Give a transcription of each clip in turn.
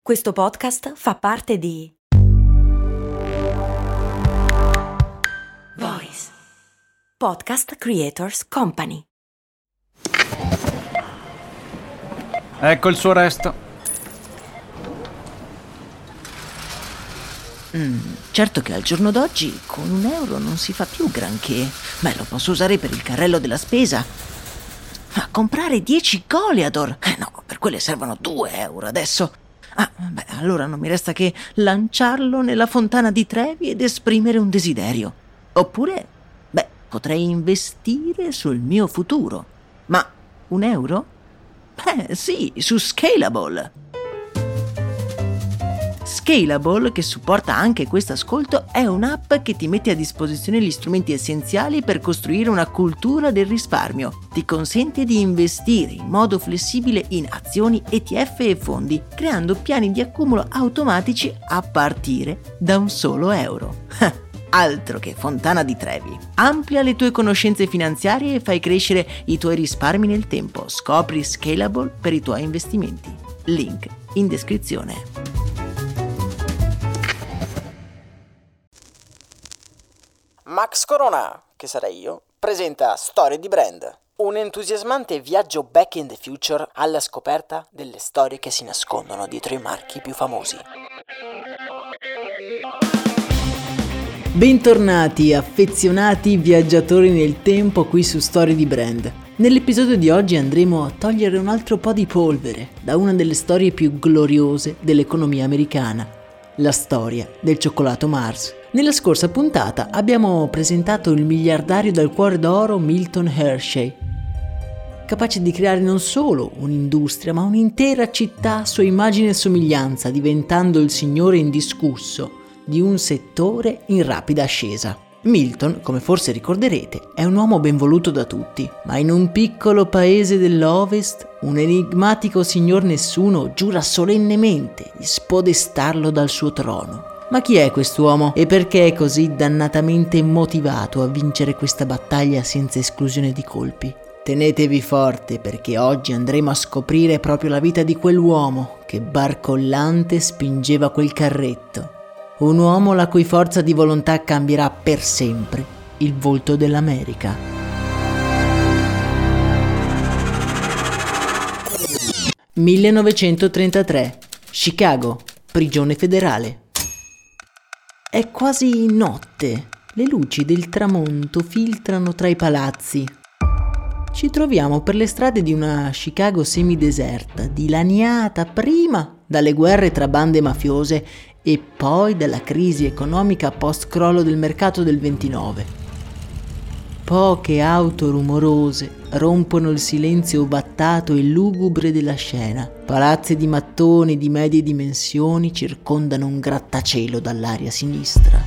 Questo podcast fa parte di Voice Podcast Creators Company. Ecco il suo resto. Certo che al giorno d'oggi con €1 non si fa più granché. Lo posso usare per il carrello della spesa. Ma comprare 10 Goliador? No, per quelle servono €2 adesso. Allora non mi resta che lanciarlo nella fontana di Trevi ed esprimere un desiderio. Oppure, potrei investire sul mio futuro. Ma €1? Sì, su Scalable. Scalable, che supporta anche questo ascolto, è un'app che ti mette a disposizione gli strumenti essenziali per costruire una cultura del risparmio. Ti consente di investire in modo flessibile in azioni, ETF e fondi, creando piani di accumulo automatici a partire da un solo euro. Altro che fontana di Trevi. Amplia le tue conoscenze finanziarie e fai crescere i tuoi risparmi nel tempo. Scopri Scalable per i tuoi investimenti. Link in descrizione. Max Corona, che sarei io, presenta Storie di Brand, un entusiasmante viaggio back in the future alla scoperta delle storie che si nascondono dietro i marchi più famosi. Bentornati affezionati viaggiatori nel tempo qui su Storie di Brand. Nell'episodio di oggi andremo a togliere un altro po' di polvere da una delle storie più gloriose dell'economia americana, la storia del cioccolato Mars. Nella scorsa puntata abbiamo presentato il miliardario dal cuore d'oro Milton Hershey, capace di creare non solo un'industria ma un'intera città a sua immagine e somiglianza, diventando il signore indiscusso di un settore in rapida ascesa. Milton, come forse ricorderete, è un uomo ben voluto da tutti, ma in un piccolo paese dell'Ovest un enigmatico signor nessuno giura solennemente di spodestarlo dal suo trono. Ma chi è quest'uomo e perché è così dannatamente motivato a vincere questa battaglia senza esclusione di colpi? Tenetevi forte perché oggi andremo a scoprire proprio la vita di quell'uomo che barcollante spingeva quel carretto. Un uomo la cui forza di volontà cambierà per sempre il volto dell'America. «1933, Chicago, prigione federale». È quasi notte, le luci del tramonto filtrano tra i palazzi. Ci troviamo per le strade di una Chicago semideserta, dilaniata prima dalle guerre tra bande mafiose e poi dalla crisi economica post-crollo del mercato del 29. Poche auto rumorose rompono il silenzio ovattato e lugubre della scena. Palazzi di mattoni di medie dimensioni circondano un grattacielo dall'aria sinistra.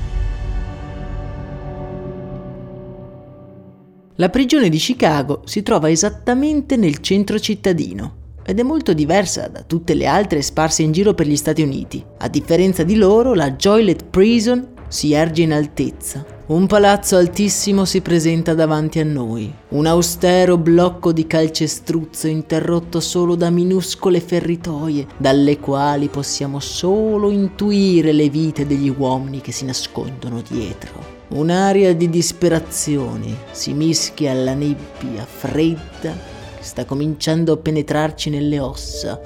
La prigione di Chicago si trova esattamente nel centro cittadino ed è molto diversa da tutte le altre sparse in giro per gli Stati Uniti. A differenza di loro, la Joliet Prison si erge in altezza. Un palazzo altissimo si presenta davanti a noi, un austero blocco di calcestruzzo interrotto solo da minuscole feritoie, dalle quali possiamo solo intuire le vite degli uomini che si nascondono dietro. Un'aria di disperazione si mischia alla nebbia fredda che sta cominciando a penetrarci nelle ossa.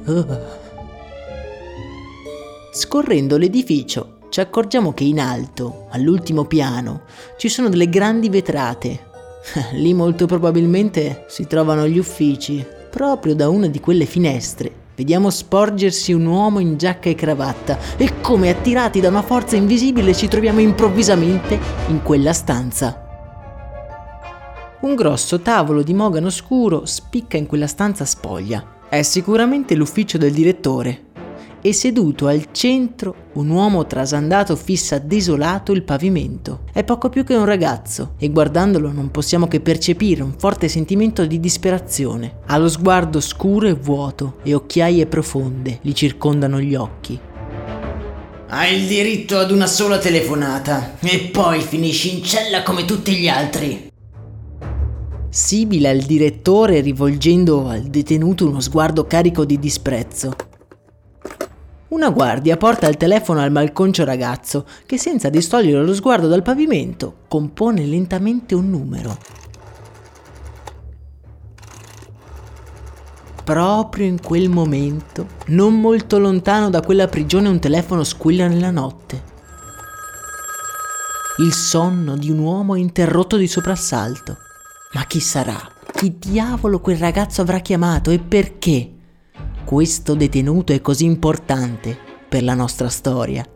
Scorrendo l'edificio ci accorgiamo che in alto, all'ultimo piano, ci sono delle grandi vetrate. Lì molto probabilmente si trovano gli uffici. Proprio da una di quelle finestre vediamo sporgersi un uomo in giacca e cravatta e come attirati da una forza invisibile ci troviamo improvvisamente in quella stanza. Un grosso tavolo di mogano scuro spicca in quella stanza spoglia. È sicuramente l'ufficio del direttore. E seduto al centro un uomo trasandato fissa desolato il pavimento. È poco più che un ragazzo e guardandolo non possiamo che percepire un forte sentimento di disperazione. Ha lo sguardo scuro e vuoto e occhiaie profonde gli circondano gli occhi. Hai il diritto ad una sola telefonata e poi finisci in cella come tutti gli altri. Sibila il direttore rivolgendo al detenuto uno sguardo carico di disprezzo. Una guardia porta il telefono al malconcio ragazzo che, senza distogliere lo sguardo dal pavimento, compone lentamente un numero. Proprio in quel momento, non molto lontano da quella prigione, un telefono squilla nella notte. Il sonno di un uomo è interrotto di soprassalto. Ma chi sarà? Chi diavolo quel ragazzo avrà chiamato e perché questo detenuto è così importante per la nostra storia?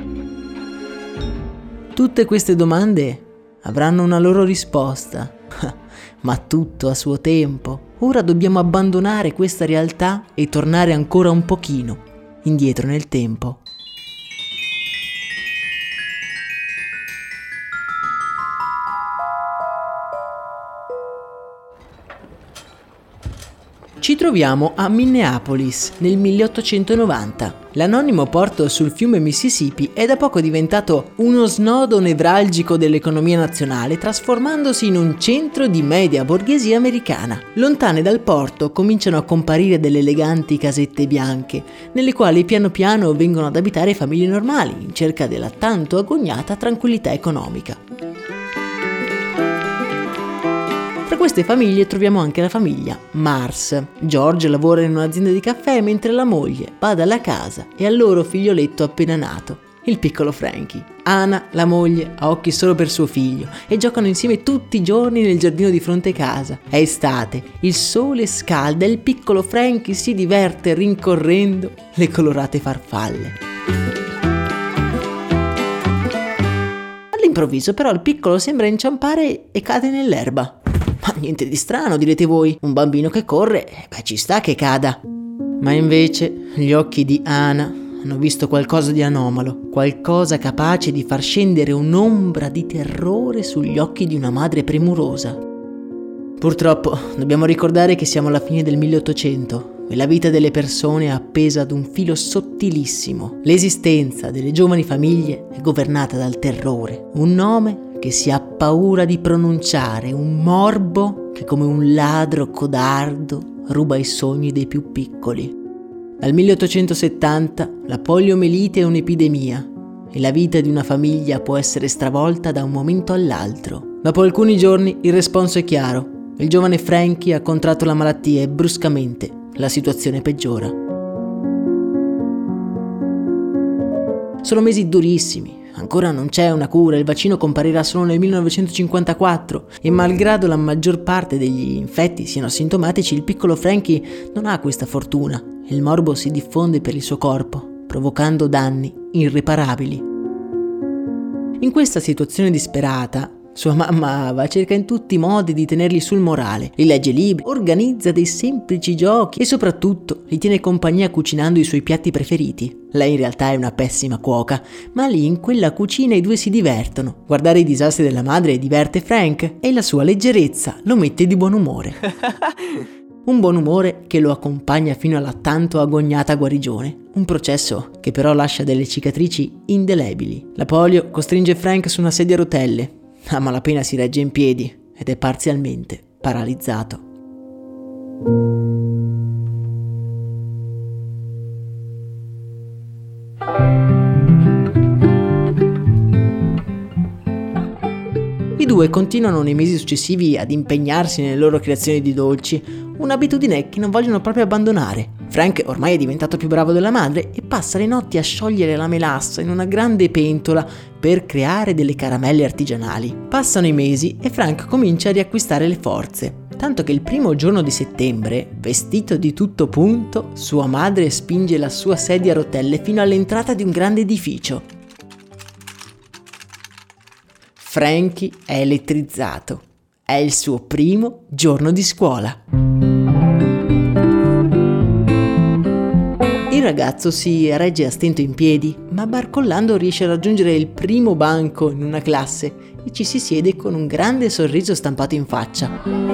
Tutte queste domande avranno una loro risposta, ma tutto a suo tempo. Ora dobbiamo abbandonare questa realtà e tornare ancora un pochino indietro nel tempo. Ci troviamo a Minneapolis nel 1890. L'anonimo porto sul fiume Mississippi è da poco diventato uno snodo nevralgico dell'economia nazionale, trasformandosi in un centro di media borghesia americana. Lontane dal porto cominciano a comparire delle eleganti casette bianche, nelle quali piano piano vengono ad abitare famiglie normali, in cerca della tanto agognata tranquillità economica. Tra queste famiglie troviamo anche la famiglia Mars. George lavora in un'azienda di caffè mentre la moglie bada alla casa e al loro figlioletto appena nato, il piccolo Frankie. Anna, la moglie, ha occhi solo per suo figlio e giocano insieme tutti i giorni nel giardino di fronte casa. È estate, il sole scalda e il piccolo Frankie si diverte rincorrendo le colorate farfalle. All'improvviso però il piccolo sembra inciampare e cade nell'erba. Ma niente di strano, direte voi, un bambino che corre, ci sta che cada. Ma invece gli occhi di Anna hanno visto qualcosa di anomalo, qualcosa capace di far scendere un'ombra di terrore sugli occhi di una madre premurosa. Purtroppo dobbiamo ricordare che siamo alla fine del 1800 e la vita delle persone è appesa ad un filo sottilissimo. L'esistenza delle giovani famiglie è governata dal terrore, un nome che si ha paura di pronunciare, un morbo che come un ladro codardo ruba i sogni dei più piccoli. Dal 1870 la poliomelite è un'epidemia e la vita di una famiglia può essere stravolta da un momento all'altro. Dopo alcuni giorni il responso è chiaro: il giovane Frankie ha contratto la malattia e bruscamente la situazione peggiora. Sono mesi durissimi. Ancora non c'è una cura, il vaccino comparirà solo nel 1954 e malgrado la maggior parte degli infetti siano asintomatici, il piccolo Frankie non ha questa fortuna e il morbo si diffonde per il suo corpo, provocando danni irreparabili. In questa situazione disperata, sua mamma va cerca in tutti i modi di tenerli sul morale, li legge libri, organizza dei semplici giochi e soprattutto li tiene compagnia cucinando i suoi piatti preferiti. Lei in realtà è una pessima cuoca, ma lì in quella cucina i due si divertono. Guardare i disastri della madre diverte Frank e la sua leggerezza lo mette di buon umore. Un buon umore che lo accompagna fino alla tanto agognata guarigione, un processo che però lascia delle cicatrici indelebili. La polio costringe Frank su una sedia a rotelle. A malapena si regge in piedi ed è parzialmente paralizzato. I due continuano nei mesi successivi ad impegnarsi nelle loro creazioni di dolci, un'abitudine che non vogliono proprio abbandonare. Frank ormai è diventato più bravo della madre e passa le notti a sciogliere la melassa in una grande pentola per creare delle caramelle artigianali. Passano i mesi e Frank comincia a riacquistare le forze, tanto che il primo giorno di settembre, vestito di tutto punto, sua madre spinge la sua sedia a rotelle fino all'entrata di un grande edificio. Frankie è elettrizzato. È il suo primo giorno di scuola. Il ragazzo si regge a stento in piedi, ma barcollando riesce a raggiungere il primo banco in una classe e ci si siede con un grande sorriso stampato in faccia.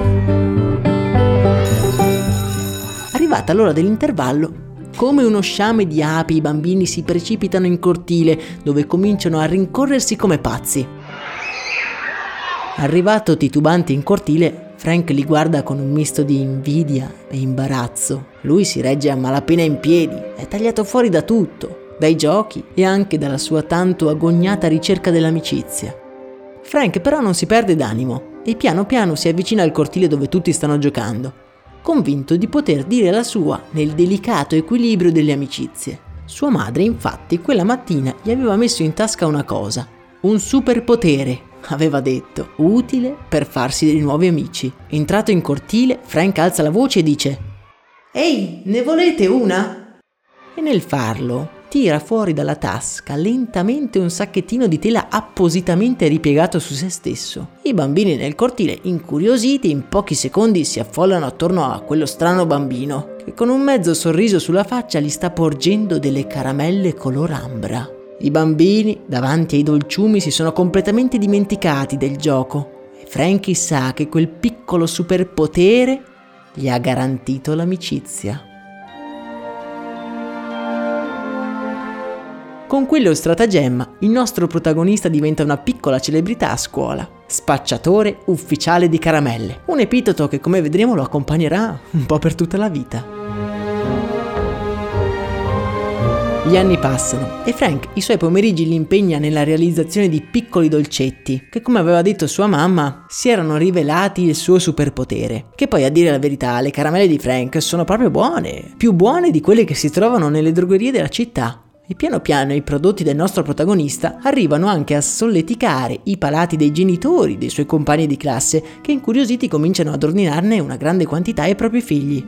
Arrivata l'ora dell'intervallo, come uno sciame di api, i bambini si precipitano in cortile, dove cominciano a rincorrersi come pazzi. Arrivato titubante in cortile, Frank li guarda con un misto di invidia e imbarazzo. Lui si regge a malapena in piedi, è tagliato fuori da tutto, dai giochi e anche dalla sua tanto agognata ricerca dell'amicizia. Frank però non si perde d'animo e piano piano si avvicina al cortile dove tutti stanno giocando, convinto di poter dire la sua nel delicato equilibrio delle amicizie. Sua madre, infatti, quella mattina gli aveva messo in tasca una cosa, un superpotere, aveva detto, utile per farsi dei nuovi amici. Entrato in cortile, Frank alza la voce e dice: «Ehi, ne volete una?» E nel farlo tira fuori dalla tasca lentamente un sacchettino di tela appositamente ripiegato su se stesso. I bambini nel cortile, incuriositi, in pochi secondi si affollano attorno a quello strano bambino che con un mezzo sorriso sulla faccia gli sta porgendo delle caramelle color ambra. I bambini davanti ai dolciumi si sono completamente dimenticati del gioco e Frankie sa che quel piccolo superpotere gli ha garantito l'amicizia. Con quello stratagemma, il nostro protagonista diventa una piccola celebrità a scuola. Spacciatore ufficiale di caramelle. Un epiteto che, come vedremo, lo accompagnerà un po' per tutta la vita. Gli anni passano e Frank i suoi pomeriggi li impegna nella realizzazione di piccoli dolcetti che, come aveva detto sua mamma, si erano rivelati il suo superpotere. Che poi, a dire la verità, le caramelle di Frank sono proprio buone, più buone di quelle che si trovano nelle drogherie della città. E piano piano i prodotti del nostro protagonista arrivano anche a solleticare i palati dei genitori dei suoi compagni di classe, che incuriositi cominciano ad ordinarne una grande quantità ai propri figli.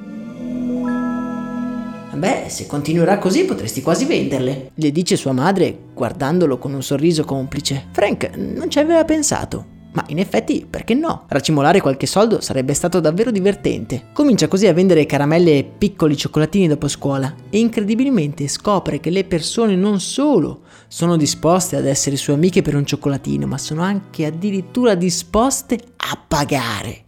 «Beh, se continuerà così potresti quasi venderle», le dice sua madre guardandolo con un sorriso complice. Frank non ci aveva pensato, ma in effetti perché no? Racimolare qualche soldo sarebbe stato davvero divertente. Comincia così a vendere caramelle e piccoli cioccolatini dopo scuola e incredibilmente scopre che le persone non solo sono disposte ad essere sue amiche per un cioccolatino, ma sono anche addirittura disposte a pagare.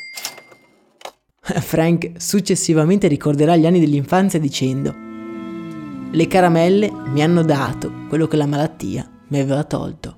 Frank successivamente ricorderà gli anni dell'infanzia dicendo: «Le caramelle mi hanno dato quello che la malattia mi aveva tolto».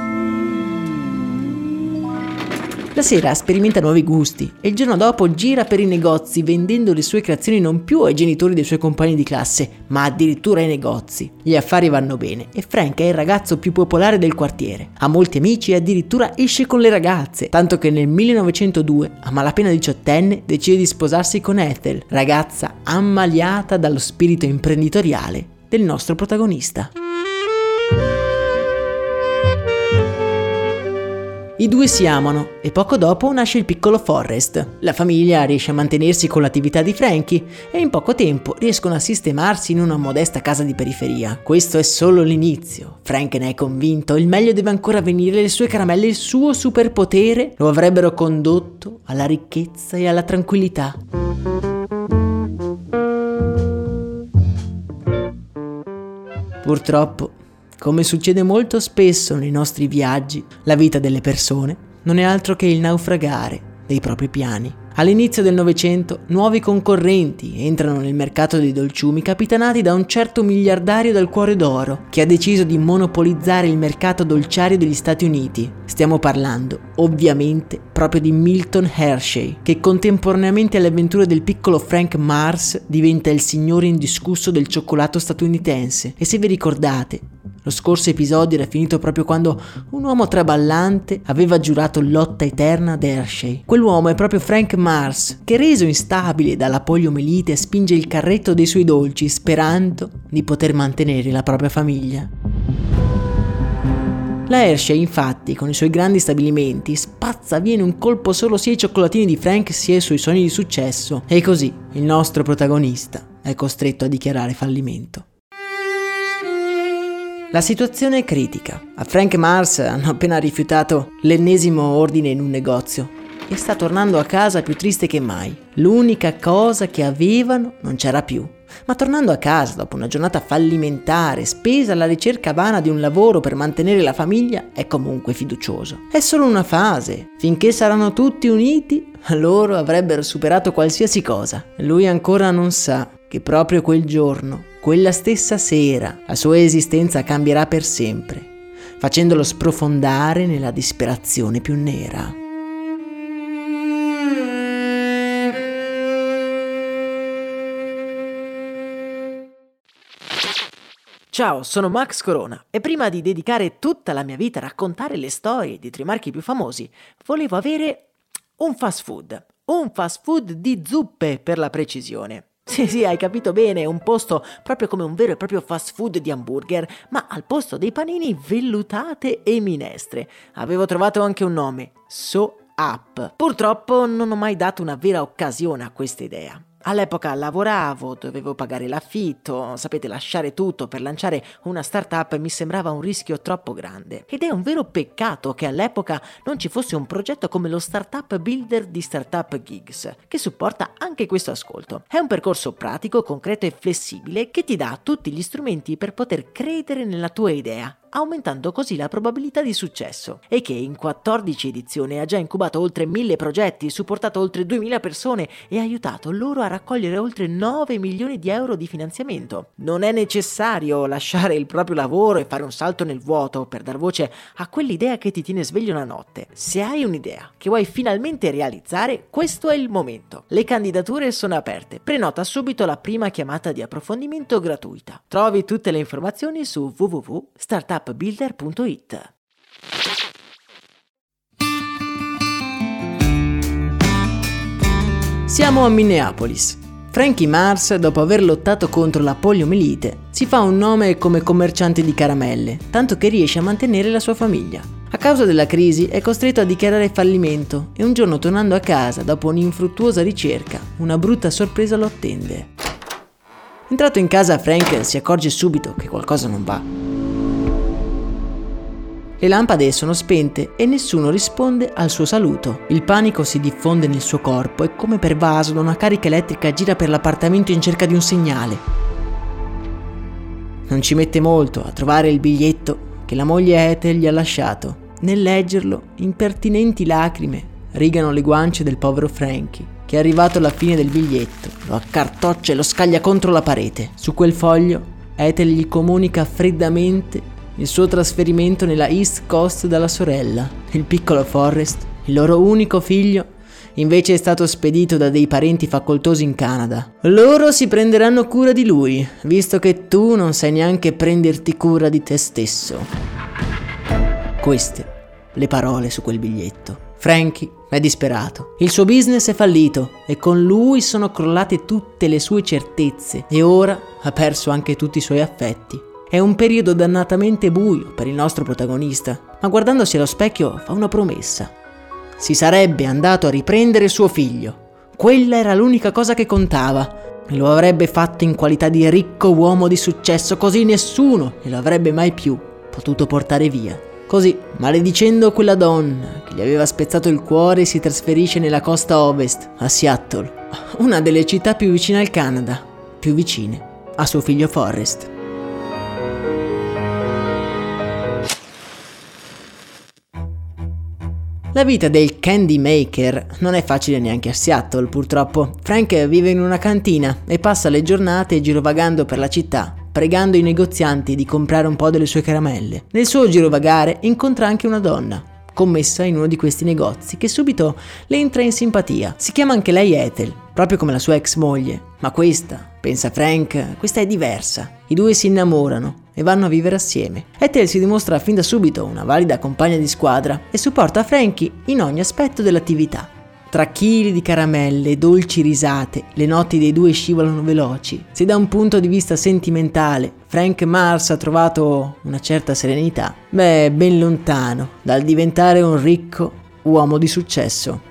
La sera sperimenta nuovi gusti e il giorno dopo gira per i negozi vendendo le sue creazioni non più ai genitori dei suoi compagni di classe, ma addirittura ai negozi. Gli affari vanno bene e Frank è il ragazzo più popolare del quartiere. Ha molti amici e addirittura esce con le ragazze, tanto che nel 1902, a malapena 18enne, decide di sposarsi con Ethel, ragazza ammaliata dallo spirito imprenditoriale del nostro protagonista. I due si amano e poco dopo nasce il piccolo Forrest. La famiglia riesce a mantenersi con l'attività di Frankie e in poco tempo riescono a sistemarsi in una modesta casa di periferia. Questo è solo l'inizio. Frank ne è convinto, il meglio deve ancora venire, le sue caramelle, il suo superpotere lo avrebbero condotto alla ricchezza e alla tranquillità. Purtroppo, come succede molto spesso nei nostri viaggi, la vita delle persone non è altro che il naufragare dei propri piani. All'inizio del Novecento, nuovi concorrenti entrano nel mercato dei dolciumi capitanati da un certo miliardario dal cuore d'oro che ha deciso di monopolizzare il mercato dolciario degli Stati Uniti. Stiamo parlando, ovviamente, proprio di Milton Hershey, che contemporaneamente alle avventure del piccolo Frank Mars diventa il signore indiscusso del cioccolato statunitense. E se vi ricordate, lo scorso episodio era finito proprio quando un uomo traballante aveva giurato lotta eterna ad Hershey. Quell'uomo è proprio Frank Mars, che reso instabile dalla poliomielite spinge il carretto dei suoi dolci sperando di poter mantenere la propria famiglia. La Hershey, infatti, con i suoi grandi stabilimenti, spazza via in un colpo solo sia i cioccolatini di Frank sia i suoi sogni di successo. E così il nostro protagonista è costretto a dichiarare fallimento. La situazione è critica. A Frank Mars hanno appena rifiutato l'ennesimo ordine in un negozio e sta tornando a casa più triste che mai. L'unica cosa che avevano non c'era più. Ma tornando a casa dopo una giornata fallimentare, spesa alla ricerca vana di un lavoro per mantenere la famiglia, è comunque fiducioso. È solo una fase. Finché saranno tutti uniti, loro avrebbero superato qualsiasi cosa. Lui ancora non sa che proprio quel giorno, quella stessa sera, la sua esistenza cambierà per sempre, facendolo sprofondare nella disperazione più nera. Ciao, sono Max Corona e prima di dedicare tutta la mia vita a raccontare le storie di tre marchi più famosi, volevo avere un fast food di zuppe per la precisione. Sì, hai capito bene, un posto proprio come un vero e proprio fast food di hamburger, ma al posto dei panini vellutate e minestre. Avevo trovato anche un nome, So Up. Purtroppo non ho mai dato una vera occasione a questa idea. All'epoca lavoravo, dovevo pagare l'affitto, sapete, lasciare tutto per lanciare una startup mi sembrava un rischio troppo grande. Ed è un vero peccato che all'epoca non ci fosse un progetto come lo Startup Builder di Startup Gigs, che supporta anche questo ascolto. È un percorso pratico, concreto e flessibile che ti dà tutti gli strumenti per poter credere nella tua idea, aumentando così la probabilità di successo, e che in 14 edizioni ha già incubato oltre 1000 progetti, supportato oltre 2000 persone e aiutato loro a raccogliere oltre 9 milioni di euro di finanziamento. Non è necessario lasciare il proprio lavoro e fare un salto nel vuoto per dar voce a quell'idea che ti tiene sveglio la notte. Se hai un'idea che vuoi finalmente realizzare, questo è il momento. Le candidature sono aperte. Prenota subito la prima chiamata di approfondimento gratuita. Trovi tutte le informazioni su www.startupbuilder.it. Siamo a Minneapolis. Frankie Mars, dopo aver lottato contro la poliomielite, si fa un nome come commerciante di caramelle, tanto che riesce a mantenere la sua famiglia. A causa della crisi è costretto a dichiarare fallimento e un giorno, tornando a casa dopo un'infruttuosa ricerca, una brutta sorpresa lo attende. Entrato in casa, Frank si accorge subito che qualcosa non va. Le lampade sono spente e nessuno risponde al suo saluto. Il panico si diffonde nel suo corpo e, come pervaso da una carica elettrica, gira per l'appartamento in cerca di un segnale. Non ci mette molto a trovare il biglietto che la moglie Ethel gli ha lasciato. Nel leggerlo, impertinenti lacrime rigano le guance del povero Frankie, che è arrivato alla fine del biglietto, lo accartoccia e lo scaglia contro la parete. Su quel foglio Ethel gli comunica freddamente il suo trasferimento nella East Coast dalla sorella. Il piccolo Forrest, il loro unico figlio, invece è stato spedito da dei parenti facoltosi in Canada. Loro si prenderanno cura di lui, visto che tu non sai neanche prenderti cura di te stesso. Queste le parole su quel biglietto. Frankie è disperato. Il suo business è fallito e con lui sono crollate tutte le sue certezze e ora ha perso anche tutti i suoi affetti. È un periodo dannatamente buio per il nostro protagonista, ma guardandosi allo specchio fa una promessa. Si sarebbe andato a riprendere suo figlio. Quella era l'unica cosa che contava e lo avrebbe fatto in qualità di ricco uomo di successo, così nessuno glielo avrebbe mai più potuto portare via. Così, maledicendo quella donna che gli aveva spezzato il cuore, si trasferisce nella costa ovest, a Seattle, una delle città più vicine al Canada, più vicine a suo figlio Forrest. La vita del candy maker non è facile neanche a Seattle, purtroppo. Frank vive in una cantina e passa le giornate girovagando per la città, pregando i negozianti di comprare un po' delle sue caramelle. Nel suo girovagare incontra anche una donna, commessa in uno di questi negozi, che subito le entra in simpatia. Si chiama anche lei Ethel, proprio come la sua ex moglie. Ma questa, pensa Frank, questa è diversa. I due si innamorano e vanno a vivere assieme. Ethel si dimostra fin da subito una valida compagna di squadra e supporta Frankie in ogni aspetto dell'attività. Tra chili di caramelle, dolci risate, le notti dei due scivolano veloci. Se da un punto di vista sentimentale Frank Mars ha trovato una certa serenità, è ben lontano dal diventare un ricco uomo di successo.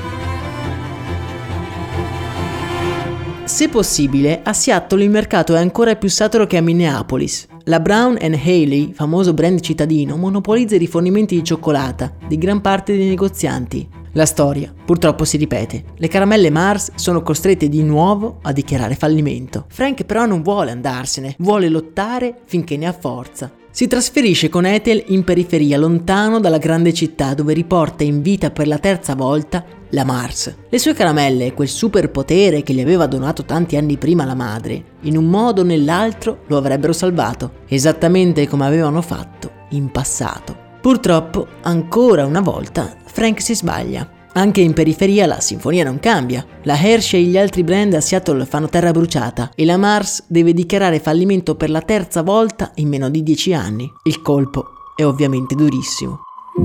Se possibile, a Seattle il mercato è ancora più saturo che a Minneapolis. La Brown & Haley, famoso brand cittadino, monopolizza i rifornimenti di cioccolata di gran parte dei negozianti. La storia purtroppo si ripete. Le caramelle Mars sono costrette di nuovo a dichiarare fallimento. Frank però non vuole andarsene, vuole lottare finché ne ha forza. Si trasferisce con Ethel in periferia, lontano dalla grande città, dove riporta in vita per la terza volta la Mars. Le sue caramelle e quel superpotere che gli aveva donato tanti anni prima la madre, in un modo o nell'altro lo avrebbero salvato, esattamente come avevano fatto in passato. Purtroppo, ancora una volta, Frank si sbaglia. Anche in periferia la sinfonia non cambia. La Hershey e gli altri brand a Seattle fanno terra bruciata e la Mars deve dichiarare fallimento per la terza volta in meno di 10 anni. Il colpo è ovviamente durissimo.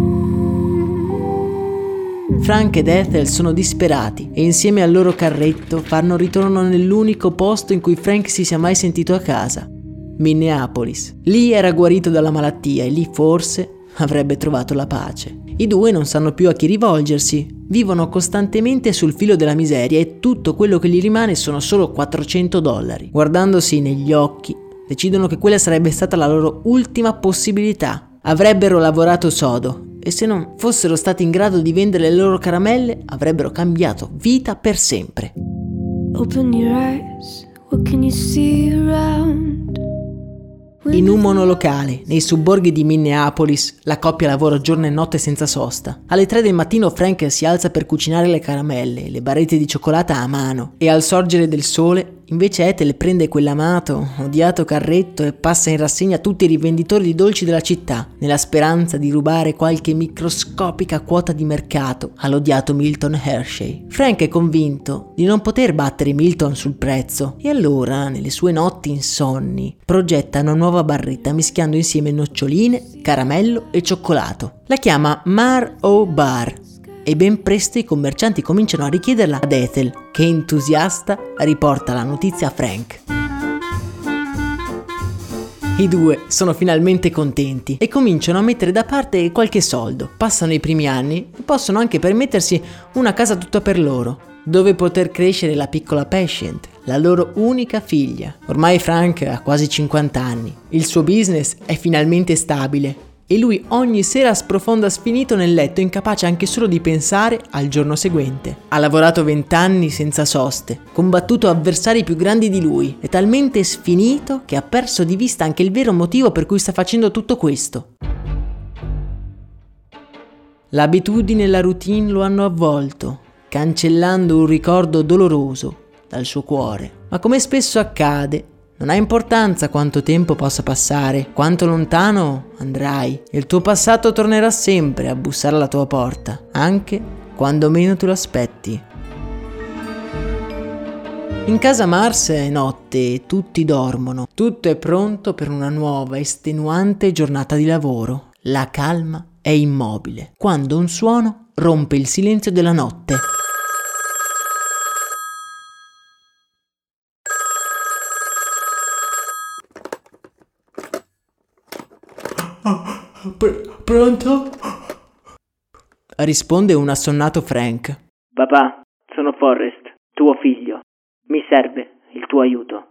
Frank ed Ethel sono disperati e insieme al loro carretto fanno ritorno nell'unico posto in cui Frank si sia mai sentito a casa, Minneapolis. Lì era guarito dalla malattia e lì forse avrebbe trovato la pace. I due non sanno più a chi rivolgersi, vivono costantemente sul filo della miseria e tutto quello che gli rimane sono solo $400. Guardandosi negli occhi, decidono che quella sarebbe stata la loro ultima possibilità. Avrebbero lavorato sodo e se non fossero stati in grado di vendere le loro caramelle avrebbero cambiato vita per sempre. Open your eyes, what can you see around? In un monolocale, nei sobborghi di Minneapolis, la coppia lavora giorno e notte senza sosta. Alle 3 del mattino Frank si alza per cucinare le caramelle e le barrette di cioccolata a mano e al sorgere del sole invece Ethel prende quell'amato, odiato carretto e passa in rassegna tutti i rivenditori di dolci della città, nella speranza di rubare qualche microscopica quota di mercato all'odiato Milton Hershey. Frank è convinto di non poter battere Milton sul prezzo e allora, nelle sue notti insonni, progetta una nuova barretta mischiando insieme noccioline, caramello e cioccolato. La chiama Mar O Bar e ben presto i commercianti cominciano a richiederla ad Ethel, che entusiasta riporta la notizia a Frank. I due sono finalmente contenti e cominciano a mettere da parte qualche soldo. Passano i primi anni e possono anche permettersi una casa tutta per loro, dove poter crescere la piccola Patient, la loro unica figlia. Ormai Frank ha quasi 50 anni, il suo business è finalmente stabile e lui ogni sera sprofonda sfinito nel letto, incapace anche solo di pensare al giorno seguente. Ha lavorato 20 anni senza soste, combattuto avversari più grandi di lui, è talmente sfinito che ha perso di vista anche il vero motivo per cui sta facendo tutto questo. L'abitudine e la routine lo hanno avvolto, cancellando un ricordo doloroso dal suo cuore. Ma come spesso accade, non ha importanza quanto tempo possa passare, quanto lontano andrai. Il tuo passato tornerà sempre a bussare alla tua porta, anche quando meno te lo aspetti. In casa Mars è notte e tutti dormono. Tutto è pronto per una nuova estenuante giornata di lavoro. La calma è immobile, quando un suono rompe il silenzio della notte. Pronto? Risponde un assonnato Frank. Papà, sono Forrest, tuo figlio. Mi serve il tuo aiuto.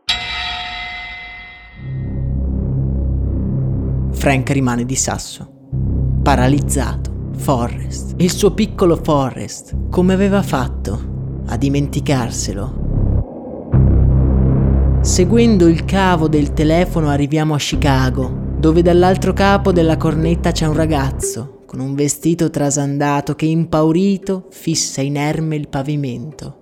Frank rimane di sasso, paralizzato. Forrest, il suo piccolo Forrest, come aveva fatto a dimenticarselo? Seguendo il cavo del telefono arriviamo a Chicago, dove dall'altro capo della cornetta c'è un ragazzo con un vestito trasandato che impaurito fissa inerme il pavimento.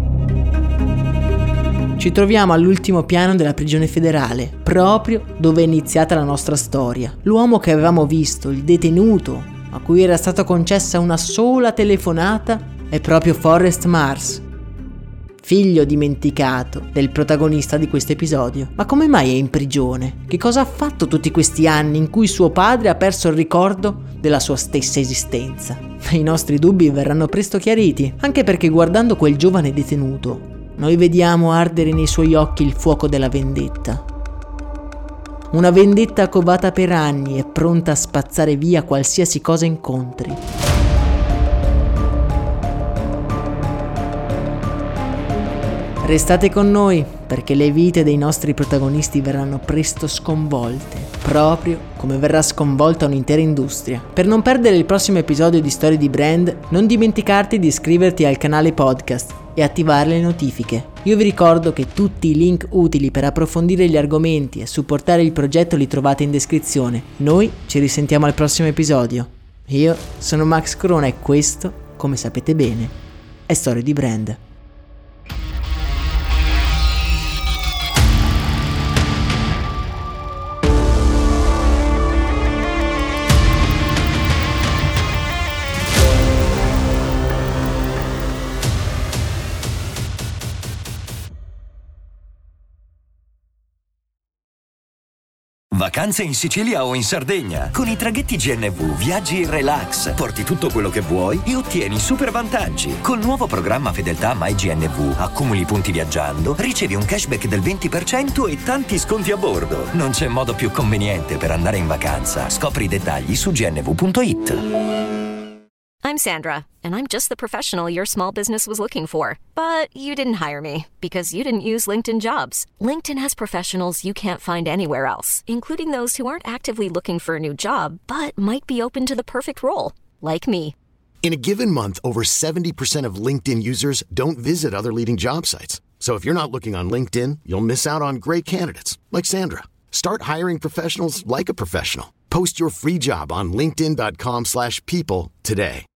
Ci troviamo all'ultimo piano della prigione federale, proprio dove è iniziata la nostra storia. L'uomo che avevamo visto, il detenuto, a cui era stata concessa una sola telefonata, è proprio Forrest Mars, figlio dimenticato del protagonista di questo episodio. Ma come mai è in prigione? Che cosa ha fatto tutti questi anni in cui suo padre ha perso il ricordo della sua stessa esistenza? I nostri dubbi verranno presto chiariti, anche perché guardando quel giovane detenuto, noi vediamo ardere nei suoi occhi il fuoco della vendetta. Una vendetta covata per anni e pronta a spazzare via qualsiasi cosa incontri. Restate con noi perché le vite dei nostri protagonisti verranno presto sconvolte, proprio come verrà sconvolta un'intera industria. Per non perdere il prossimo episodio di Storie di Brand, non dimenticarti di iscriverti al canale podcast e attivare le notifiche. Io vi ricordo che tutti i link utili per approfondire gli argomenti e supportare il progetto li trovate in descrizione. Noi ci risentiamo al prossimo episodio. Io sono Max Corona e questo, come sapete bene, è Storie di Brand. vacanze in Sicilia o in Sardegna. Con i traghetti GNV viaggi in relax, porti tutto quello che vuoi e ottieni super vantaggi. Col nuovo programma Fedeltà MyGNV accumuli punti viaggiando, ricevi un cashback del 20% e tanti sconti a bordo. Non c'è modo più conveniente per andare in vacanza. Scopri i dettagli su gnv.it. I'm Sandra, and I'm just the professional your small business was looking for. But you didn't hire me because you didn't use LinkedIn Jobs. LinkedIn has professionals you can't find anywhere else, including those who aren't actively looking for a new job, but might be open to the perfect role, like me. In a given month, over 70% of LinkedIn users don't visit other leading job sites. So if you're not looking on LinkedIn, you'll miss out on great candidates like Sandra. Start hiring professionals like a professional. Post your free job on linkedin.com/people today.